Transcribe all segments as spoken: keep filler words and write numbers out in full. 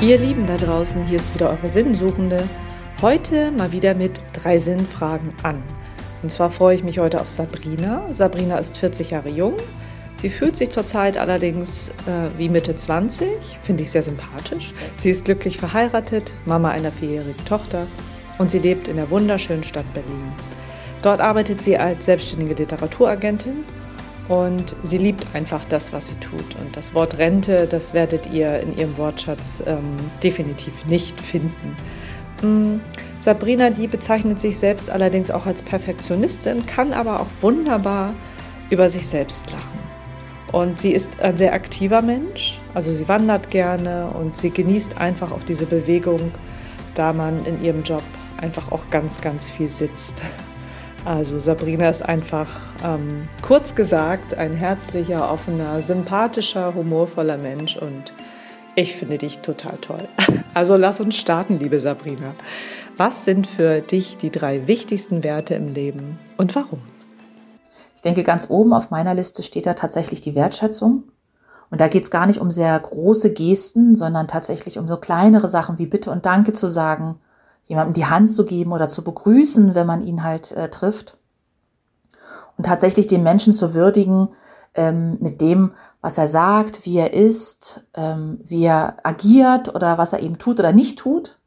Ihr Lieben da draußen, hier ist wieder eure Sinnsuchende. Heute mal wieder mit drei Sinnfragen an. Und zwar freue ich mich heute auf Sabrina. Sabrina ist vierzig Jahre jung. Sie fühlt sich zurzeit allerdings äh, wie Mitte zwanzig, finde ich sehr sympathisch. Sie ist glücklich verheiratet, Mama einer vierjährigen Tochter und sie lebt in der wunderschönen Stadt Berlin. Dort arbeitet sie als selbstständige Literaturagentin und sie liebt einfach das, was sie tut. Und das Wort Rente, das werdet ihr in ihrem Wortschatz ähm, definitiv nicht finden. Ähm, Sabrina, die bezeichnet sich selbst allerdings auch als Perfektionistin, kann aber auch wunderbar über sich selbst lachen. Und sie ist ein sehr aktiver Mensch, also sie wandert gerne und sie genießt einfach auch diese Bewegung, da man in ihrem Job einfach auch ganz, ganz viel sitzt. Also Sabrina ist einfach, ähm, kurz gesagt, ein herzlicher, offener, sympathischer, humorvoller Mensch und ich finde dich total toll. Also lass uns starten, liebe Sabrina. Was sind für dich die drei wichtigsten Werte im Leben und warum? Ich denke, ganz oben auf meiner Liste steht da tatsächlich die Wertschätzung. Und da geht es gar nicht um sehr große Gesten, sondern tatsächlich um so kleinere Sachen wie Bitte und Danke zu sagen, jemandem die Hand zu geben oder zu begrüßen, wenn man ihn halt äh, trifft. Und tatsächlich den Menschen zu würdigen ähm, mit dem, was er sagt, wie er ist, ähm, wie er agiert oder was er eben tut oder nicht tut.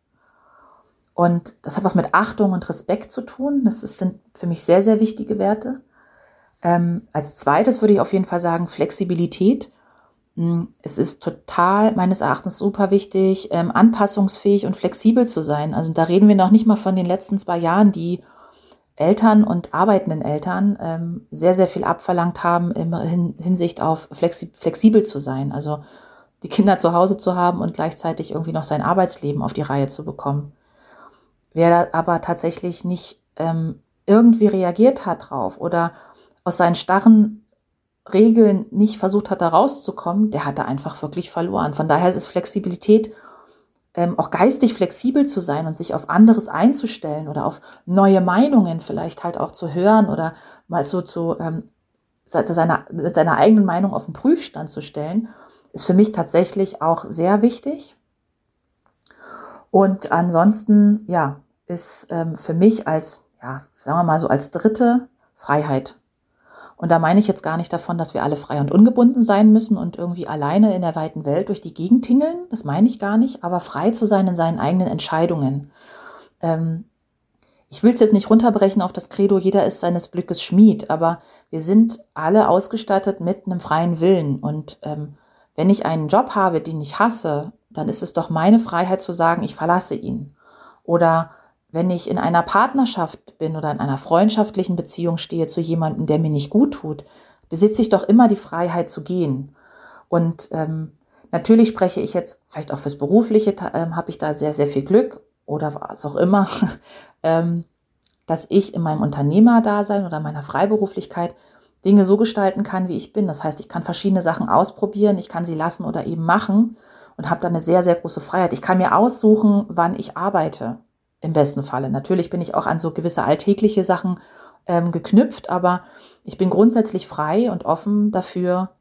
Und das hat was mit Achtung und Respekt zu tun. Das ist, sind für mich sehr, sehr wichtige Werte. Ähm, als zweites würde ich auf jeden Fall sagen Flexibilität. Es ist total meines Erachtens super wichtig, ähm, anpassungsfähig und flexibel zu sein. Also da reden wir noch nicht mal von den letzten zwei Jahren, die Eltern und arbeitenden Eltern ähm, sehr, sehr viel abverlangt haben in hin, Hinsicht auf flexi- flexibel zu sein. Also die Kinder zu Hause zu haben und gleichzeitig irgendwie noch sein Arbeitsleben auf die Reihe zu bekommen. Wer aber tatsächlich nicht ähm, irgendwie reagiert hat drauf oder aus seinen starren Regeln nicht versucht hat, da rauszukommen, der hatte einfach wirklich verloren. Von daher ist es Flexibilität, ähm, auch geistig flexibel zu sein und sich auf anderes einzustellen oder auf neue Meinungen vielleicht halt auch zu hören oder mal so zu ähm, seiner, seiner eigenen Meinung auf den Prüfstand zu stellen, ist für mich tatsächlich auch sehr wichtig. Und ansonsten, ja, ist ähm, für mich als, ja, sagen wir mal so als dritte Freiheit. Und da meine ich jetzt gar nicht davon, dass wir alle frei und ungebunden sein müssen und irgendwie alleine in der weiten Welt durch die Gegend tingeln. Das meine ich gar nicht, aber frei zu sein in seinen eigenen Entscheidungen. Ähm, ich will es jetzt nicht runterbrechen auf das Credo, jeder ist seines Glückes Schmied, aber wir sind alle ausgestattet mit einem freien Willen. Und ähm, wenn ich einen Job habe, den ich hasse, dann ist es doch meine Freiheit zu sagen, ich verlasse ihn. Oder wenn ich in einer Partnerschaft bin oder in einer freundschaftlichen Beziehung stehe zu jemandem, der mir nicht gut tut, besitze ich doch immer die Freiheit zu gehen. Und ähm, natürlich spreche ich jetzt, vielleicht auch fürs Berufliche, ähm, habe ich da sehr, sehr viel Glück oder was auch immer, ähm, dass ich in meinem Unternehmerdasein oder meiner Freiberuflichkeit Dinge so gestalten kann, wie ich bin. Das heißt, ich kann verschiedene Sachen ausprobieren, ich kann sie lassen oder eben machen und habe da eine sehr, sehr große Freiheit. Ich kann mir aussuchen, wann ich arbeite. Im besten Falle. Natürlich bin ich auch an so gewisse alltägliche Sachen ähm, geknüpft, aber ich bin grundsätzlich frei und offen dafür,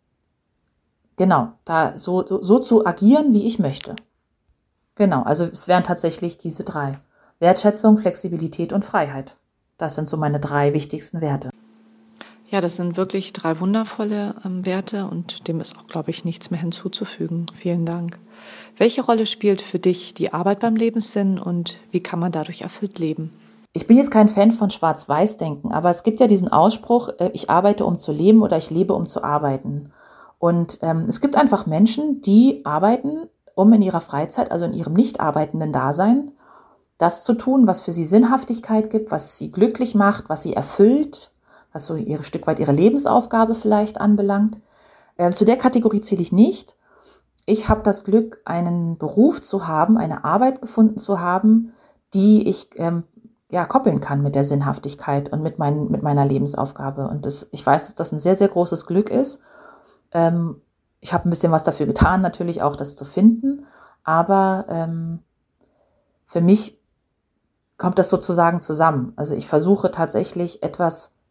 genau, da so, so, so zu agieren, wie ich möchte. Genau, also es wären tatsächlich diese drei. Wertschätzung, Flexibilität und Freiheit. Das sind so meine drei wichtigsten Werte. Ja, das sind wirklich drei wundervolle ähm, Werte und dem ist auch, glaube ich, nichts mehr hinzuzufügen. Vielen Dank. Welche Rolle spielt für dich die Arbeit beim Lebenssinn und wie kann man dadurch erfüllt leben? Ich bin jetzt kein Fan von Schwarz-Weiß-Denken, aber es gibt ja diesen Ausspruch, äh, ich arbeite, um zu leben oder ich lebe, um zu arbeiten. Und ähm, es gibt einfach Menschen, die arbeiten, um in ihrer Freizeit, also in ihrem nicht arbeitenden Dasein, das zu tun, was für sie Sinnhaftigkeit gibt, was sie glücklich macht, was sie erfüllt, was so ihre Stück weit ihre Lebensaufgabe vielleicht anbelangt. Äh, zu der Kategorie zähle ich nicht. Ich habe das Glück, einen Beruf zu haben, eine Arbeit gefunden zu haben, die ich ähm, ja, koppeln kann mit der Sinnhaftigkeit und mit, mein, mit meiner Lebensaufgabe. Und das, ich weiß, dass das ein sehr, sehr großes Glück ist. Ähm, ich habe ein bisschen was dafür getan, natürlich auch das zu finden. Aber ähm, für mich kommt das sozusagen zusammen. Also ich versuche tatsächlich etwas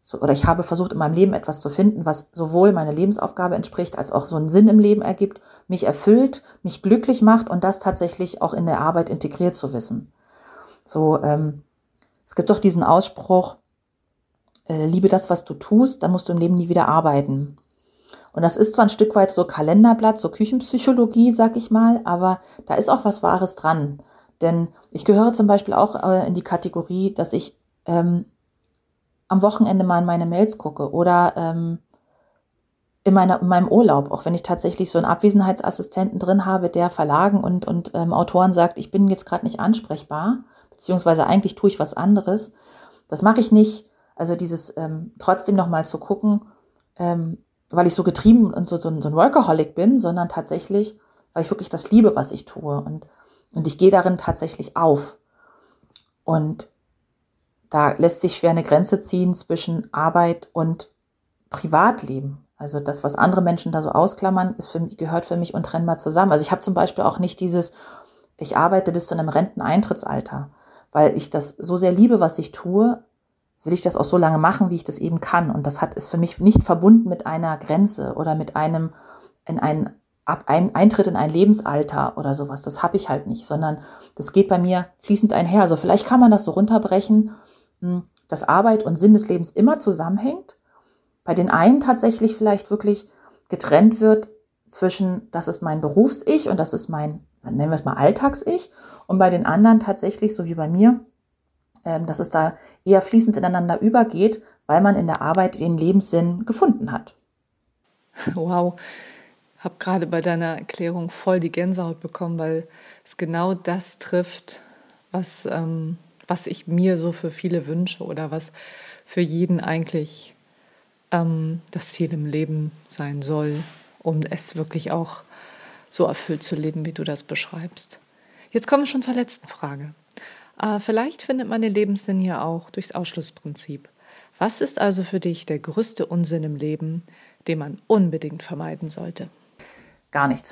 so, oder ich habe versucht, in meinem Leben etwas zu finden, was sowohl meiner Lebensaufgabe entspricht, als auch so einen Sinn im Leben ergibt, mich erfüllt, mich glücklich macht und das tatsächlich auch in der Arbeit integriert zu wissen. So, ähm, es gibt doch diesen Ausspruch, äh, liebe das, was du tust, dann musst du im Leben nie wieder arbeiten. Und das ist zwar ein Stück weit so Kalenderblatt, so Küchenpsychologie, sag ich mal, aber da ist auch was Wahres dran. Denn ich gehöre zum Beispiel auch äh, in die Kategorie, dass ich ähm, am Wochenende mal in meine Mails gucke oder ähm, in, meiner, in meinem Urlaub, auch wenn ich tatsächlich so einen Abwesenheitsassistenten drin habe, der Verlagen und, und ähm, Autoren sagt, ich bin jetzt gerade nicht ansprechbar, beziehungsweise eigentlich tue ich was anderes. Das mache ich nicht, also dieses ähm, trotzdem nochmal zu gucken, ähm, weil ich so getrieben und so, so, so ein Workaholic bin, sondern tatsächlich, weil ich wirklich das liebe, was ich tue. Und, und ich gehe darin tatsächlich auf. Und da lässt sich schwer eine Grenze ziehen zwischen Arbeit und Privatleben. Also das, was andere Menschen da so ausklammern, ist für mich, gehört für mich untrennbar zusammen. Also ich habe zum Beispiel auch nicht dieses, ich arbeite bis zu einem Renteneintrittsalter, weil ich das so sehr liebe, was ich tue, will ich das auch so lange machen, wie ich das eben kann. Und das hat ist für mich nicht verbunden mit einer Grenze oder mit einem in einen Ab, ein Eintritt in ein Lebensalter oder sowas. Das habe ich halt nicht, sondern das geht bei mir fließend einher. Also vielleicht kann man das so runterbrechen, dass Arbeit und Sinn des Lebens immer zusammenhängt. Bei den einen tatsächlich vielleicht wirklich getrennt wird zwischen, das ist mein Berufs-Ich und das ist mein, nennen wir es mal Alltags-Ich. Und bei den anderen tatsächlich, so wie bei mir, dass es da eher fließend ineinander übergeht, weil man in der Arbeit den Lebenssinn gefunden hat. Wow, ich habe gerade bei deiner Erklärung voll die Gänsehaut bekommen, weil es genau das trifft, was, ähm, was ich mir so für viele wünsche oder was für jeden eigentlich ähm, das Ziel im Leben sein soll, um es wirklich auch so erfüllt zu leben, wie du das beschreibst. Jetzt kommen wir schon zur letzten Frage. Äh, vielleicht findet man den Lebenssinn ja auch durchs Ausschlussprinzip. Was ist also für dich der größte Unsinn im Leben, den man unbedingt vermeiden sollte? Gar nichts.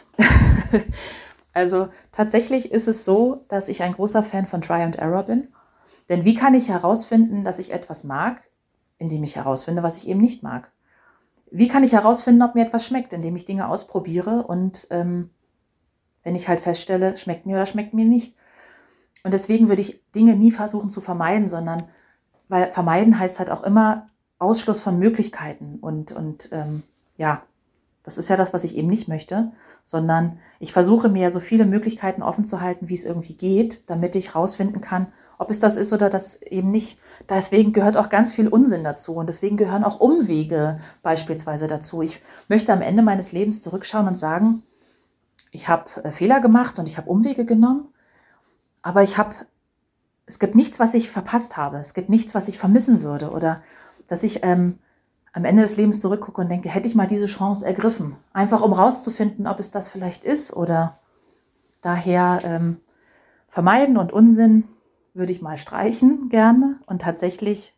Also tatsächlich ist es so, dass ich ein großer Fan von Try and Error bin. Denn wie kann ich herausfinden, dass ich etwas mag, indem ich herausfinde, was ich eben nicht mag? Wie kann ich herausfinden, ob mir etwas schmeckt, indem ich Dinge ausprobiere und ähm, wenn ich halt feststelle, schmeckt mir oder schmeckt mir nicht. Und deswegen würde ich Dinge nie versuchen zu vermeiden, sondern, weil vermeiden heißt halt auch immer Ausschluss von Möglichkeiten und, und ähm, ja, das ist ja das, was ich eben nicht möchte, sondern ich versuche mir so viele Möglichkeiten offen zu halten, wie es irgendwie geht, damit ich rausfinden kann, ob es das ist oder das eben nicht. Deswegen gehört auch ganz viel Unsinn dazu und deswegen gehören auch Umwege beispielsweise dazu. Ich möchte am Ende meines Lebens zurückschauen und sagen, ich habe Fehler gemacht und ich habe Umwege genommen, aber ich habe, es gibt nichts, was ich verpasst habe. Es gibt nichts, was ich vermissen würde oder dass ich ähm, am Ende des Lebens zurückgucke und denke, hätte ich mal diese Chance ergriffen. Einfach um rauszufinden, ob es das vielleicht ist oder daher ähm, vermeiden und Unsinn würde ich mal streichen gerne und tatsächlich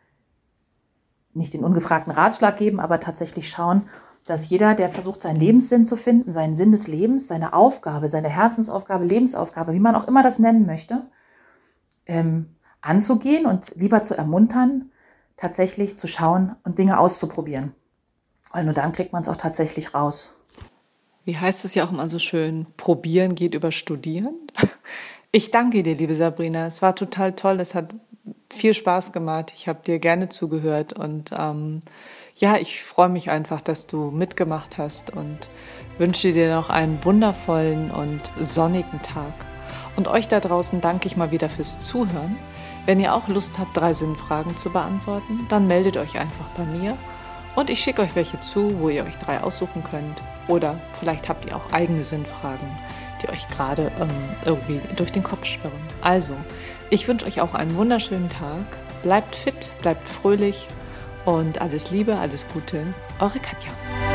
nicht den ungefragten Ratschlag geben, aber tatsächlich schauen, dass jeder, der versucht, seinen Lebenssinn zu finden, seinen Sinn des Lebens, seine Aufgabe, seine Herzensaufgabe, Lebensaufgabe, wie man auch immer das nennen möchte, ähm, anzugehen und lieber zu ermuntern, tatsächlich zu schauen und Dinge auszuprobieren. Weil nur dann kriegt man es auch tatsächlich raus. Wie heißt es ja auch immer so schön, probieren geht über studieren. Ich danke dir, liebe Sabrina. Es war total toll. Es hat viel Spaß gemacht. Ich habe dir gerne zugehört. Und ähm, ja, ich freue mich einfach, dass du mitgemacht hast und wünsche dir noch einen wundervollen und sonnigen Tag. Und euch da draußen danke ich mal wieder fürs Zuhören. Wenn ihr auch Lust habt, drei Sinnfragen zu beantworten, dann meldet euch einfach bei mir und ich schicke euch welche zu, wo ihr euch drei aussuchen könnt. Oder vielleicht habt ihr auch eigene Sinnfragen, die euch gerade ähm, irgendwie durch den Kopf schwirren. Also, ich wünsche euch auch einen wunderschönen Tag. Bleibt fit, bleibt fröhlich und alles Liebe, alles Gute. Eure Katja.